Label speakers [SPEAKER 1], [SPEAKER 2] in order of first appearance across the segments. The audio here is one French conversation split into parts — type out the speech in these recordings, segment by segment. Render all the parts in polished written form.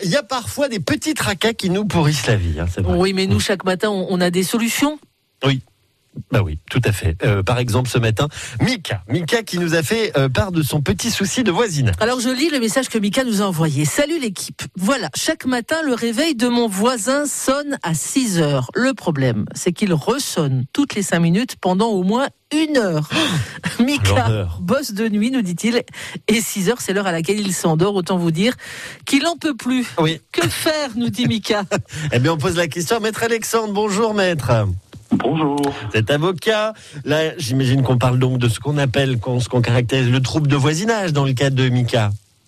[SPEAKER 1] il y a parfois des petits tracas qui nous pourrissent la vie. C'est vrai.
[SPEAKER 2] Oui, mais nous, chaque matin, on a des solutions.
[SPEAKER 1] Oui. Bah oui, tout à fait. Par exemple, ce matin, Mika qui nous a fait part de son petit souci de voisinage.
[SPEAKER 2] Alors, je lis le message que Mika nous a envoyé. Salut l'équipe. Voilà, chaque matin, le réveil de mon voisin sonne à 6h. Le problème, c'est qu'il ressonne toutes les 5 minutes pendant au moins 1 heure. Mika bosse de nuit, nous dit-il, et 6h, c'est l'heure à laquelle il s'endort. Autant vous dire qu'il en peut plus.
[SPEAKER 1] Oui.
[SPEAKER 2] Que faire, nous dit Mika.
[SPEAKER 1] Eh bien, on pose la question à Maître Alexandre. Bonjour, Maître.
[SPEAKER 3] Bonjour.
[SPEAKER 1] Vous êtes avocat. Là, j'imagine qu'on parle donc de ce qu'on appelle, ce qu'on caractérise le trouble de voisinage dans le cas de Mika.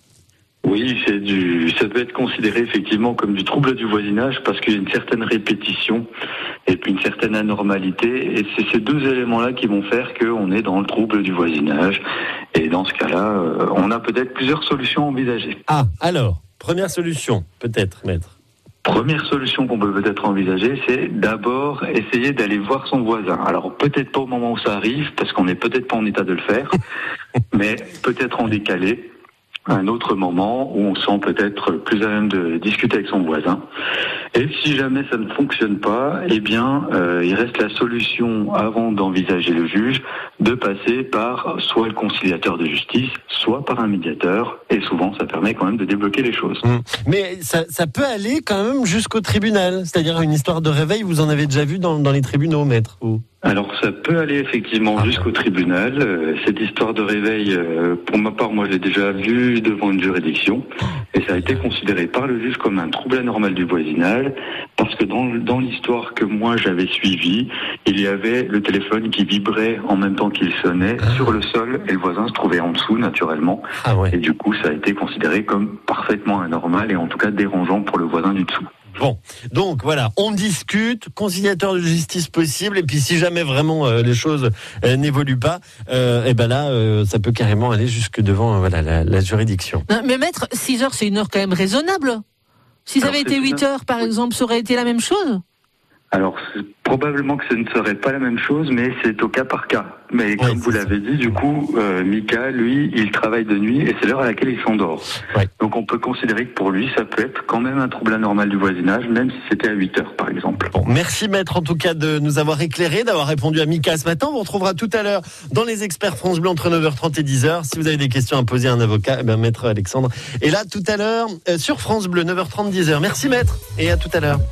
[SPEAKER 3] Oui, ça peut être considéré effectivement comme du trouble du voisinage parce qu'il y a une certaine répétition et puis une certaine anormalité. Et c'est ces deux éléments-là qui vont faire qu'on est dans le trouble du voisinage. Et dans ce cas-là, on a peut-être plusieurs solutions envisagées.
[SPEAKER 1] Ah, alors, première solution, peut-être, Maître.
[SPEAKER 3] Première solution qu'on peut peut-être envisager, c'est d'abord essayer d'aller voir son voisin. Alors peut-être pas au moment où ça arrive, parce qu'on n'est peut-être pas en état de le faire, mais peut-être en décalé, un autre moment où on se sent peut-être plus à même de discuter avec son voisin. Et si jamais ça ne fonctionne pas, eh bien, il reste la solution, avant d'envisager le juge, de passer par soit le conciliateur de justice, soit par un médiateur. Et souvent, ça permet quand même de débloquer les choses.
[SPEAKER 1] Mais ça peut aller quand même jusqu'au tribunal. C'est-à-dire une histoire de réveil, vous en avez déjà vu dans les tribunaux, Maître, ou...
[SPEAKER 3] Alors ça peut aller effectivement jusqu'au tribunal. Cette histoire de réveil, pour ma part, moi je l'ai déjà vu devant une juridiction et ça a été considéré par le juge comme un trouble anormal du voisinage parce que dans l'histoire que moi j'avais suivie, il y avait le téléphone qui vibrait en même temps qu'il sonnait sur le sol et le voisin se trouvait en dessous naturellement. Et du coup ça a été considéré comme parfaitement anormal et en tout cas dérangeant pour le voisin du dessous.
[SPEAKER 1] Bon, donc voilà, on discute, conciliateur de justice possible, et puis si jamais vraiment les choses n'évoluent pas, et ben là, ça peut carrément aller jusque devant la juridiction.
[SPEAKER 2] Non, mais Maître, 6h, c'est une heure quand même raisonnable. Si ça avait été 8h, par exemple, ça aurait été la même chose ?
[SPEAKER 3] Alors, probablement que ce ne serait pas la même chose, mais c'est au cas par cas. Mais comme vous l'avez dit, du coup, Mika, lui, il travaille de nuit et c'est l'heure à laquelle il s'endort. Ouais. Donc on peut considérer que pour lui, ça peut être quand même un trouble anormal du voisinage, même si c'était à 8 heures, par exemple.
[SPEAKER 1] Bon, merci Maître, en tout cas, de nous avoir éclairé, d'avoir répondu à Mika ce matin. On vous retrouvera tout à l'heure dans les experts France Bleu entre 9h30 et 10h. Si vous avez des questions à poser à un avocat, Maître Alexandre est là tout à l'heure sur France Bleu, 9h30, 10h. Merci Maître et à tout à l'heure.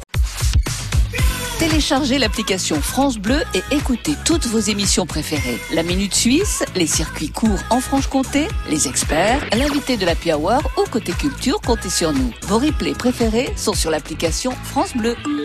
[SPEAKER 4] Téléchargez l'application France Bleu et écoutez toutes vos émissions préférées. La Minute Suisse, les circuits courts en Franche-Comté, les experts, l'invité de l'Happy Hour ou côté culture, comptez sur nous. Vos replays préférés sont sur l'application France Bleu.